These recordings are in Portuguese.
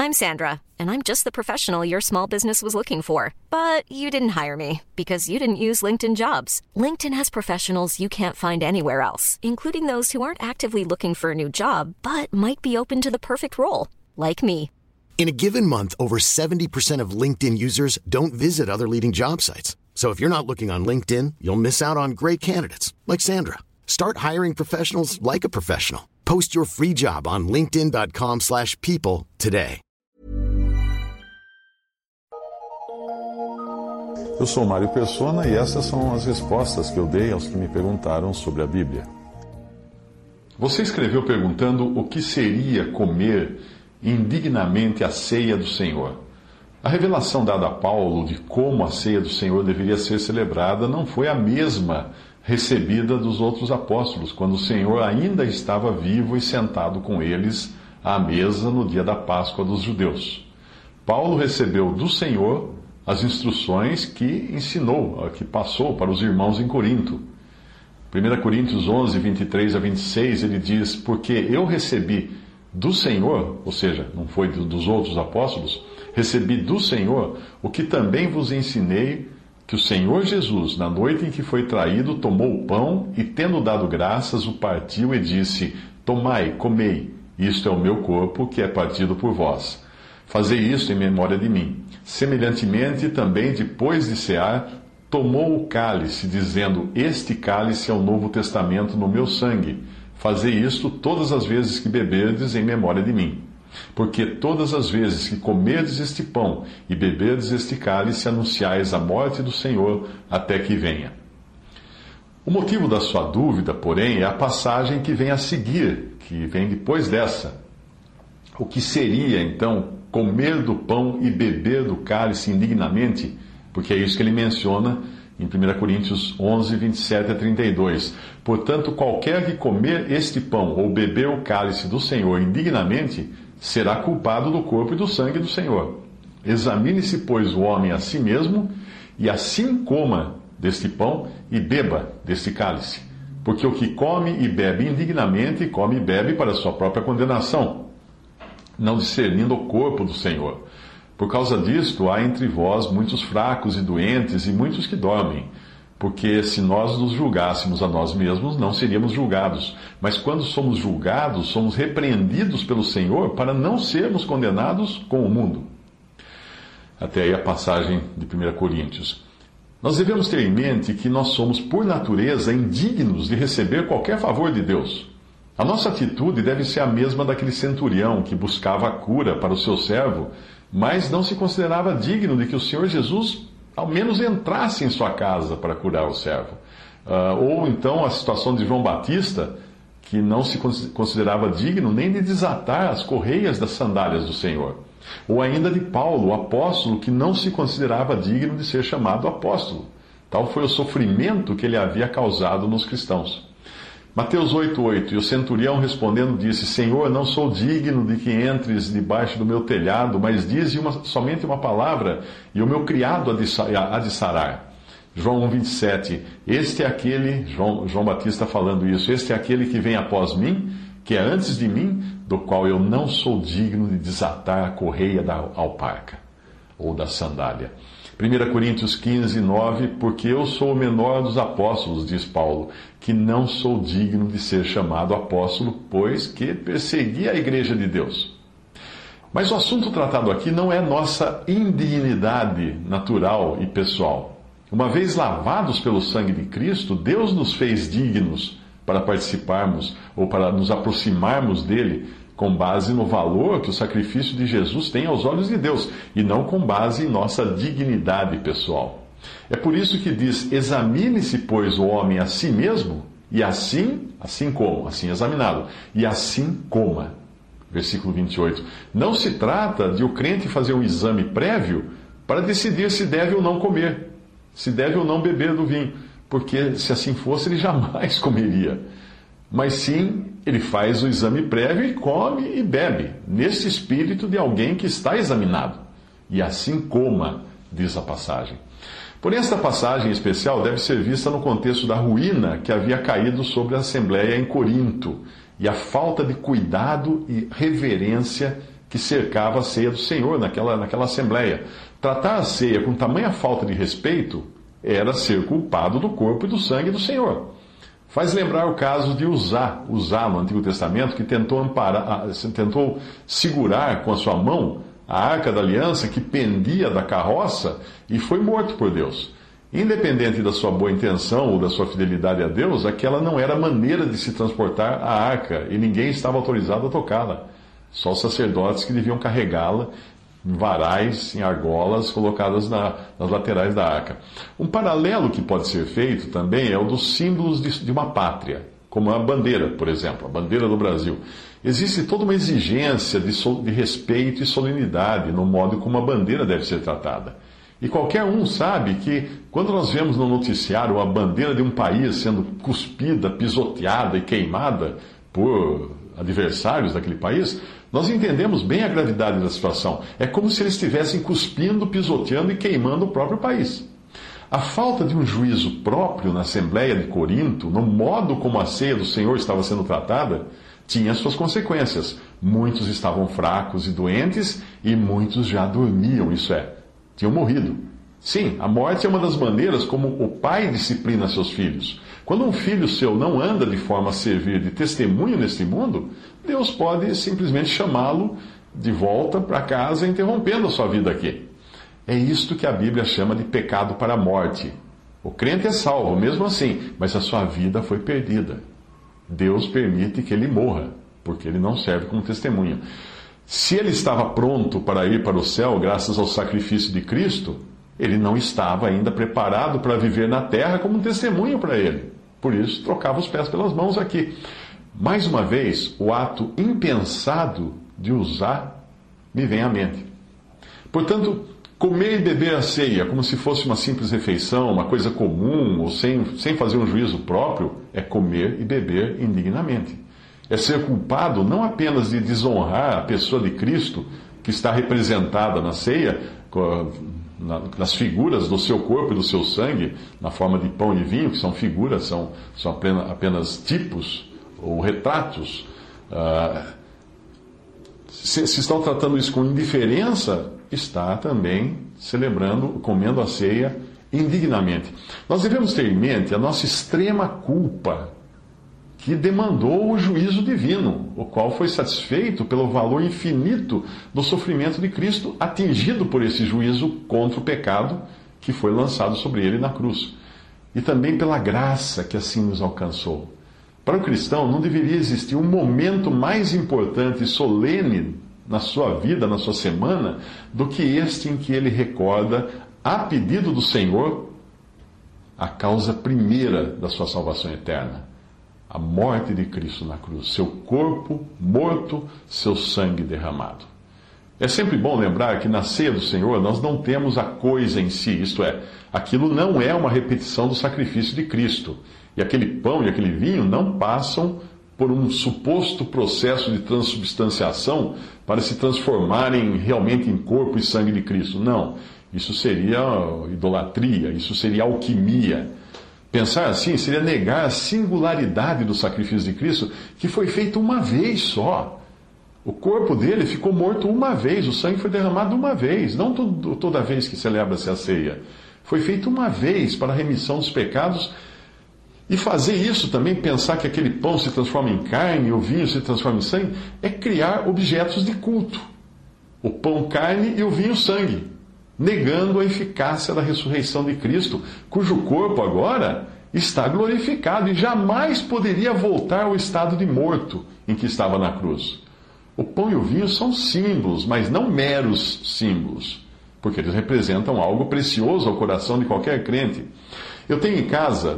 I'm Sandra, and I'm just the professional your small business was looking for. But you didn't hire me because you didn't use LinkedIn Jobs. LinkedIn has professionals you can't find anywhere else, including those who aren't actively looking for a new job, but might be open to the perfect role, like me. In a given month, over 70% of LinkedIn users don't visit other leading job sites. So if you're not looking on LinkedIn, you'll miss out on great candidates like Sandra. Start hiring professionals like a professional. Post your free job on linkedin.com/people today. Eu sou Mário Persona e essas são as respostas que eu dei aos que me perguntaram sobre a Bíblia. Você escreveu perguntando o que seria comer indignamente a ceia do Senhor. A revelação dada a Paulo de como a ceia do Senhor deveria ser celebrada não foi a mesma recebida dos outros apóstolos, quando o Senhor ainda estava vivo e sentado com eles à mesa no dia da Páscoa dos judeus. Paulo recebeu do Senhor as instruções que ensinou, que passou para os irmãos em Corinto. 1 Coríntios 11, 23 a 26, ele diz: porque eu recebi do Senhor, ou seja, não foi dos outros apóstolos, recebi do Senhor o que também vos ensinei, que o Senhor Jesus, na noite em que foi traído, tomou o pão e, tendo dado graças, o partiu e disse: tomai, comei, isto é o meu corpo, que é partido por vós. Fazei isto em memória de mim. Semelhantemente, também, depois de cear, tomou o cálice, dizendo: este cálice é o novo testamento no meu sangue. Fazei isto todas as vezes que beberdes em memória de mim. Porque todas as vezes que comerdes este pão e beberdes este cálice, anunciais a morte do Senhor até que venha. O motivo da sua dúvida, porém, é a passagem que vem a seguir, que vem depois dessa. O que seria, então, comer do pão e beber do cálice indignamente? Porque é isso que ele menciona em 1 Coríntios 11, 27 a 32. Portanto, qualquer que comer este pão ou beber o cálice do Senhor indignamente, será culpado do corpo e do sangue do Senhor. Examine-se, pois, o homem a si mesmo, e assim coma deste pão e beba deste cálice. Porque o que come e bebe indignamente, come e bebe para a sua própria condenação, não discernindo o corpo do Senhor. Por causa disto, há entre vós muitos fracos e doentes, e muitos que dormem. Porque se nós nos julgássemos a nós mesmos, não seríamos julgados. Mas quando somos julgados, somos repreendidos pelo Senhor para não sermos condenados com o mundo. Até aí a passagem de 1 Coríntios. Nós devemos ter em mente que nós somos, por natureza, indignos de receber qualquer favor de Deus. A nossa atitude deve ser a mesma daquele centurião que buscava a cura para o seu servo, mas não se considerava digno de que o Senhor Jesus ao menos entrasse em sua casa para curar o servo. Ou então a situação de João Batista, que não se considerava digno nem de desatar as correias das sandálias do Senhor. Ou ainda de Paulo, o apóstolo, que não se considerava digno de ser chamado apóstolo. Tal foi o sofrimento que ele havia causado nos cristãos. Mateus 8,8: E o centurião respondendo disse: Senhor, não sou digno de que entres debaixo do meu telhado, mas dize somente uma palavra, e o meu criado há de sarar. João 1,27: Este é aquele, João Batista falando isso, este é aquele que vem após mim, que é antes de mim, do qual eu não sou digno de desatar a correia da alparca, ou da sandália. 1 Coríntios 15, 9: Porque eu sou o menor dos apóstolos, diz Paulo, que não sou digno de ser chamado apóstolo, pois que persegui a igreja de Deus. Mas o assunto tratado aqui não é nossa indignidade natural e pessoal. Uma vez lavados pelo sangue de Cristo, Deus nos fez dignos para participarmos ou para nos aproximarmos dele, com base no valor que o sacrifício de Jesus tem aos olhos de Deus, e não com base em nossa dignidade pessoal. É por isso que diz: examine-se, pois, o homem a si mesmo, e assim examinado, e assim coma. Versículo 28. Não se trata de o crente fazer um exame prévio para decidir se deve ou não comer, se deve ou não beber do vinho, porque se assim fosse, ele jamais comeria. Mas sim, ele faz o exame prévio e come e bebe, nesse espírito de alguém que está examinado. E assim coma, diz a passagem. Porém, esta passagem especial deve ser vista no contexto da ruína que havia caído sobre a Assembleia em Corinto, e a falta de cuidado e reverência que cercava a ceia do Senhor naquela assembleia. Tratar a ceia com tamanha falta de respeito era ser culpado do corpo e do sangue do Senhor. Faz lembrar o caso de Uzá no Antigo Testamento, que tentou segurar com a sua mão a arca da aliança que pendia da carroça e foi morto por Deus. Independente da sua boa intenção ou da sua fidelidade a Deus, aquela não era a maneira de se transportar a arca e ninguém estava autorizado a tocá-la. Só os sacerdotes que deviam carregá-la em varais, em argolas colocadas nas laterais da arca. Um paralelo que pode ser feito também é o dos símbolos de uma pátria, como a bandeira, por exemplo, a bandeira do Brasil. Existe toda uma exigência de respeito e solenidade no modo como a bandeira deve ser tratada. E qualquer um sabe que, quando nós vemos no noticiário a bandeira de um país sendo cuspida, pisoteada e queimada por adversários daquele país, nós entendemos bem a gravidade da situação. É como se eles estivessem cuspindo, pisoteando e queimando o próprio país. A falta de um juízo próprio na Assembleia de Corinto, no modo como a ceia do Senhor estava sendo tratada, tinha suas consequências. Muitos estavam fracos e doentes e muitos já dormiam, isso é, tinham morrido. Sim, a morte é uma das maneiras como o pai disciplina seus filhos. Quando um filho seu não anda de forma a servir de testemunho neste mundo, Deus pode simplesmente chamá-lo de volta para casa, interrompendo a sua vida aqui. É isto que a Bíblia chama de pecado para a morte. O crente é salvo, mesmo assim, mas a sua vida foi perdida. Deus permite que ele morra, porque ele não serve como testemunha. Se ele estava pronto para ir para o céu, graças ao sacrifício de Cristo, ele não estava ainda preparado para viver na terra como um testemunho para ele. Por isso, trocava os pés pelas mãos aqui. Mais uma vez, o ato impensado de usar me vem à mente. Portanto, comer e beber a ceia como se fosse uma simples refeição, uma coisa comum, ou sem fazer um juízo próprio, é comer e beber indignamente. É ser culpado não apenas de desonrar a pessoa de Cristo, que está representada na ceia, nas figuras do seu corpo e do seu sangue, na forma de pão e vinho, que são figuras, são apenas tipos ou retratos. Se estão tratando isso com indiferença, está também comendo a ceia indignamente. Nós devemos ter em mente a nossa extrema culpa, que demandou o juízo divino, o qual foi satisfeito pelo valor infinito do sofrimento de Cristo, atingido por esse juízo contra o pecado que foi lançado sobre ele na cruz. E também pela graça que assim nos alcançou. Para o cristão, não deveria existir um momento mais importante e solene na sua vida, na sua semana, do que este em que ele recorda, a pedido do Senhor, a causa primeira da sua salvação eterna. A morte de Cristo na cruz, seu corpo morto, seu sangue derramado. É sempre bom lembrar que na ceia do Senhor nós não temos a coisa em si, isto é, aquilo não é uma repetição do sacrifício de Cristo. E aquele pão e aquele vinho não passam por um suposto processo de transubstanciação para se transformarem realmente em corpo e sangue de Cristo. Não, isso seria idolatria, isso seria alquimia. Pensar assim seria negar a singularidade do sacrifício de Cristo, que foi feito uma vez só. O corpo dele ficou morto uma vez, o sangue foi derramado uma vez, não toda vez que celebra-se a ceia. Foi feito uma vez para a remissão dos pecados. E fazer isso também, pensar que aquele pão se transforma em carne, o vinho se transforma em sangue, é criar objetos de culto. O pão carne e o vinho sangue, negando a eficácia da ressurreição de Cristo, cujo corpo agora está glorificado e jamais poderia voltar ao estado de morto em que estava na cruz. O pão e o vinho são símbolos, mas não meros símbolos, porque eles representam algo precioso ao coração de qualquer crente. Eu tenho em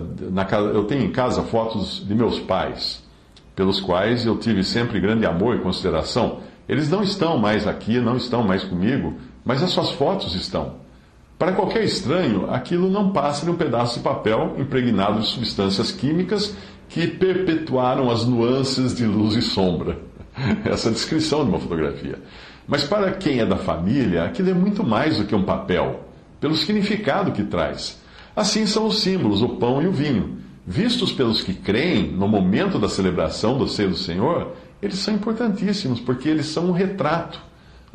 casa fotos de meus pais, pelos quais eu tive sempre grande amor e consideração. Eles não estão mais aqui, não estão mais comigo, mas as suas fotos estão. Para qualquer estranho, aquilo não passa de um pedaço de papel impregnado de substâncias químicas que perpetuaram as nuances de luz e sombra. Essa é a descrição de uma fotografia. Mas para quem é da família, aquilo é muito mais do que um papel, pelo significado que traz. Assim são os símbolos, o pão e o vinho. Vistos pelos que creem no momento da celebração do ceia do Senhor, eles são importantíssimos, porque eles são um retrato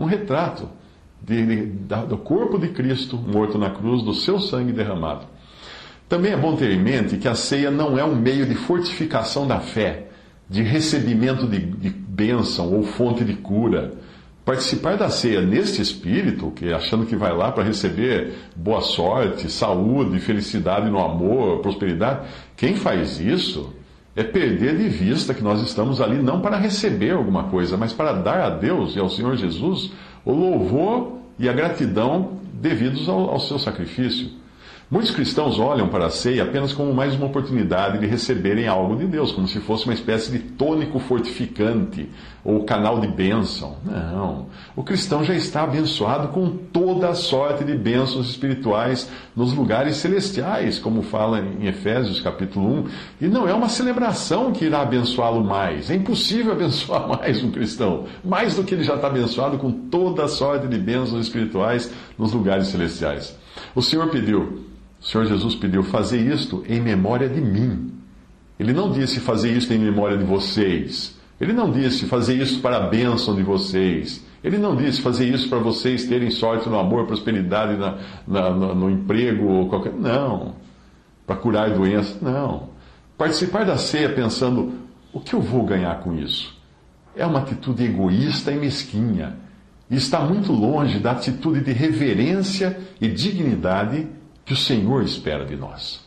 um retrato do corpo de Cristo morto na cruz, do seu sangue derramado. Também é bom ter em mente que a ceia não é um meio de fortificação da fé, de recebimento de bênção ou fonte de cura. Participar da ceia neste espírito, achando que vai lá para receber boa sorte, saúde, felicidade no amor, prosperidade, quem faz isso é perder de vista que nós estamos ali não para receber alguma coisa, mas para dar a Deus e ao Senhor Jesus o louvor e a gratidão devidos ao seu sacrifício. Muitos cristãos olham para a ceia apenas como mais uma oportunidade de receberem algo de Deus, como se fosse uma espécie de tônico fortificante ou canal de bênção. Não. O cristão já está abençoado com toda a sorte de bênçãos espirituais nos lugares celestiais, como fala em Efésios capítulo 1. E não é uma celebração que irá abençoá-lo mais. É impossível abençoar mais um cristão, mais do que ele já está abençoado com toda a sorte de bênçãos espirituais nos lugares celestiais. O Senhor Jesus pediu, fazer isto em memória de mim. Ele não disse fazer isto em memória de vocês. Ele não disse fazer isso para a bênção de vocês. Ele não disse fazer isso para vocês terem sorte no amor, prosperidade no emprego ou qualquer... Não. Para curar doenças. Não. Participar da ceia pensando, o que eu vou ganhar com isso? É uma atitude egoísta e mesquinha. E está muito longe da atitude de reverência e dignidade que o Senhor espera de nós.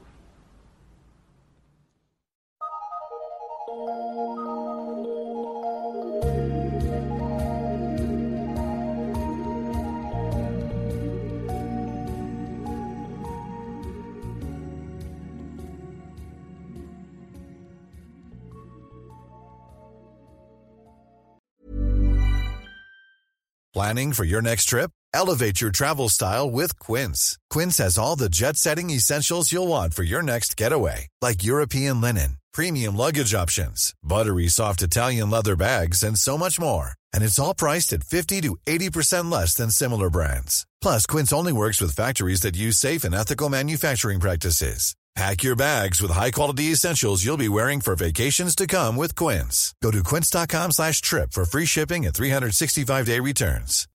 Planning for your next trip? Elevate your travel style with Quince. Quince has all the jet-setting essentials you'll want for your next getaway, like European linen, premium luggage options, buttery soft Italian leather bags, and so much more. And it's all priced at 50 to 80% less than similar brands. Plus, Quince only works with factories that use safe and ethical manufacturing practices. Pack your bags with high-quality essentials you'll be wearing for vacations to come with Quince. Go to quince.com/trip for free shipping and 365-day returns.